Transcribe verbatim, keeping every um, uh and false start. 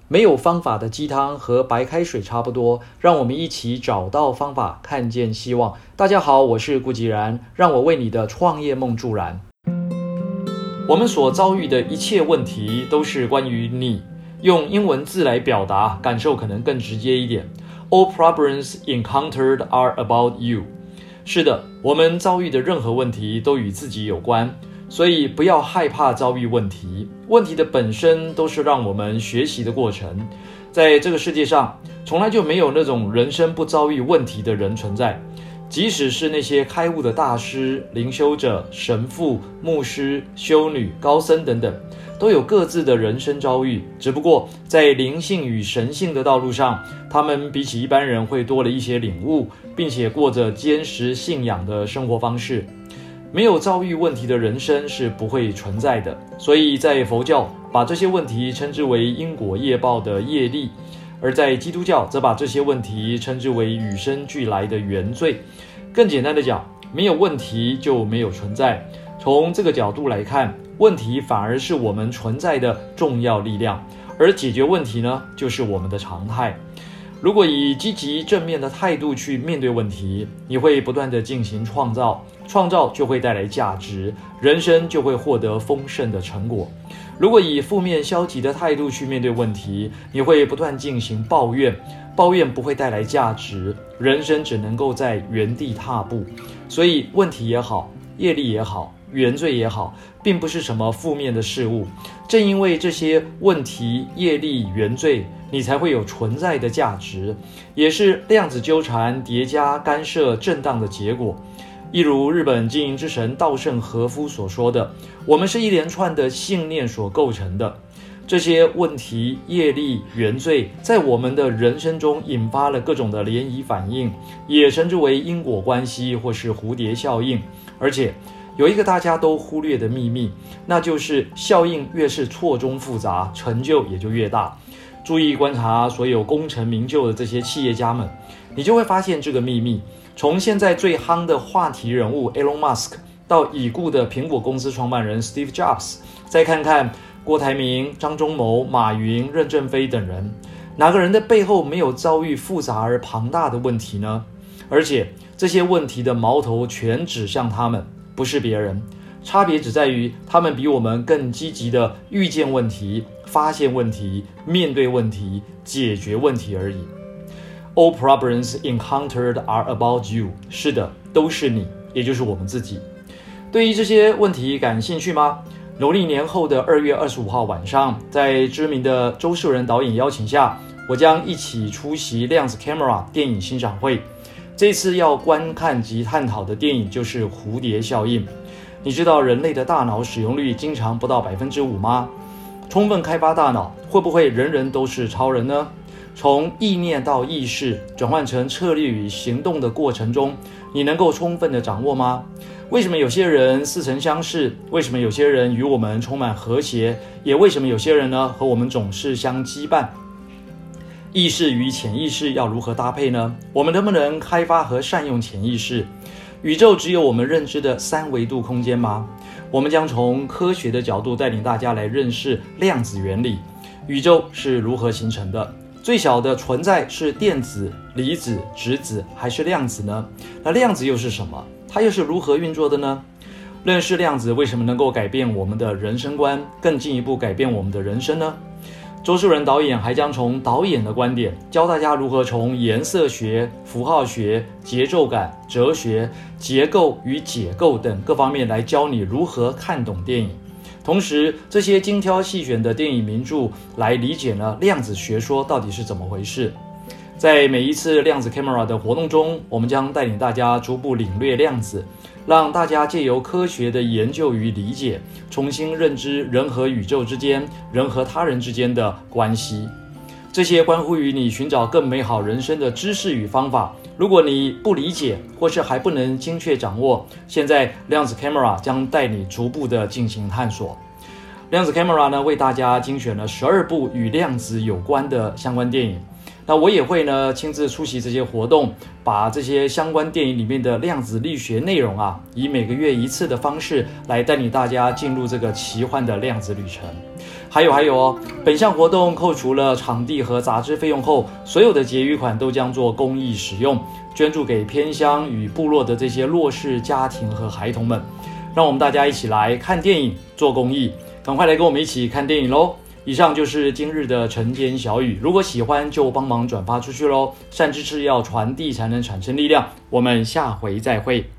没有方法的鸡汤和白开水差不多，让我们一起找到方法，看见希望。大家好，我是顾吉然，让我为你的创业梦助燃。我们所遭遇的一切问题都是关于你，用英文字来表达，感受可能更直接一点。All problems encountered are about you。是的，我们遭遇的任何问题都与自己有关，所以不要害怕遭遇问题。问题的本身都是让我们学习的过程。在这个世界上，从来就没有那种人生不遭遇问题的人存在。即使是那些开悟的大师、灵修者、神父、牧师、修女、高僧等等，都有各自的人生遭遇，只不过在灵性与神性的道路上，他们比起一般人会多了一些领悟，并且过着坚实信仰的生活方式。没有遭遇问题的人生是不会存在的，所以在佛教把这些问题称之为因果业报的业力，而在基督教则把这些问题称之为与生俱来的原罪。更简单的讲，没有问题就没有存在。从这个角度来看，问题反而是我们存在的重要力量，而解决问题呢，就是我们的常态。如果以积极正面的态度去面对问题，你会不断地进行创造，创造就会带来价值，人生就会获得丰盛的成果。如果以负面消极的态度去面对问题，你会不断进行抱怨，抱怨不会带来价值，人生只能够在原地踏步。所以问题也好，业力也好，原罪也好，并不是什么负面的事物。正因为这些问题、业力、原罪，你才会有存在的价值，也是量子纠缠、叠加、干涉、震荡的结果。一如日本经营之神稻盛和夫所说的，我们是一连串的信念所构成的。这些问题、业力、原罪在我们的人生中引发了各种的涟漪反应，也称之为因果关系或是蝴蝶效应。而且有一个大家都忽略的秘密，那就是效应越是错综复杂，成就也就越大。注意观察所有功成名就的这些企业家们，你就会发现这个秘密。从现在最夯的话题人物 Elon Musk 到已故的苹果公司创办人 Steve Jobs， 再看看郭台铭、张忠谋、马云、任正非等人，哪个人的背后没有遭遇复杂而庞大的问题呢？而且这些问题的矛头全指向他们，不是别人，差别只在于他们比我们更积极地预见问题、发现问题、面对问题、解决问题而已。All problems encountered are about you。 是的，都是你，也就是我们自己。对于这些问题感兴趣吗？农历年后的二月二十五号晚上，在知名的周树人导演邀请下，我将一起出席量子 Camera 电影欣赏会。这次要观看及探讨的电影就是蝴蝶效应。你知道人类的大脑使用率经常不到 百分之五 吗？充分开发大脑，会不会人人都是超人呢？从意念到意识转换成策略与行动的过程中，你能够充分的掌握吗？为什么有些人似曾相识？为什么有些人与我们充满和谐？也为什么有些人呢和我们总是相羁绊？意识与潜意识要如何搭配呢？我们能不能开发和善用潜意识？宇宙只有我们认知的三维度空间吗？我们将从科学的角度带领大家来认识量子原理。宇宙是如何形成的？最小的存在是电子、离子、质子还是量子呢？那量子又是什么？它又是如何运作的呢？认识量子为什么能够改变我们的人生观，更进一步改变我们的人生呢？周树人导演还将从导演的观点教大家如何从颜色学、符号学、节奏感、哲学、结构与解构等各方面来教你如何看懂电影。同时，这些精挑细选的电影名著来理解呢量子学说到底是怎么回事。在每一次量子 Camera 的活动中，我们将带领大家逐步领略量子，让大家借由科学的研究与理解，重新认知人和宇宙之间、人和他人之间的关系。这些关乎于你寻找更美好人生的知识与方法，如果你不理解或是还不能精确掌握，现在量子 Camera 将带你逐步的进行探索。量子 Camera 呢，为大家精选了十二部与量子有关的相关电影。那我也会呢亲自出席这些活动，把这些相关电影里面的量子力学内容啊，以每个月一次的方式来带领大家进入这个奇幻的量子旅程。 还有还有哦，本项活动扣除了场地和杂志费用后，所有的结余款都将做公益使用，捐助给偏乡与部落的这些弱势家庭和孩童们。让我们大家一起来看电影，做公益，赶快来跟我们一起看电影咯。以上就是今日的晨间小语，如果喜欢就帮忙转发出去咯，善知识要传递才能产生力量。我们下回再会。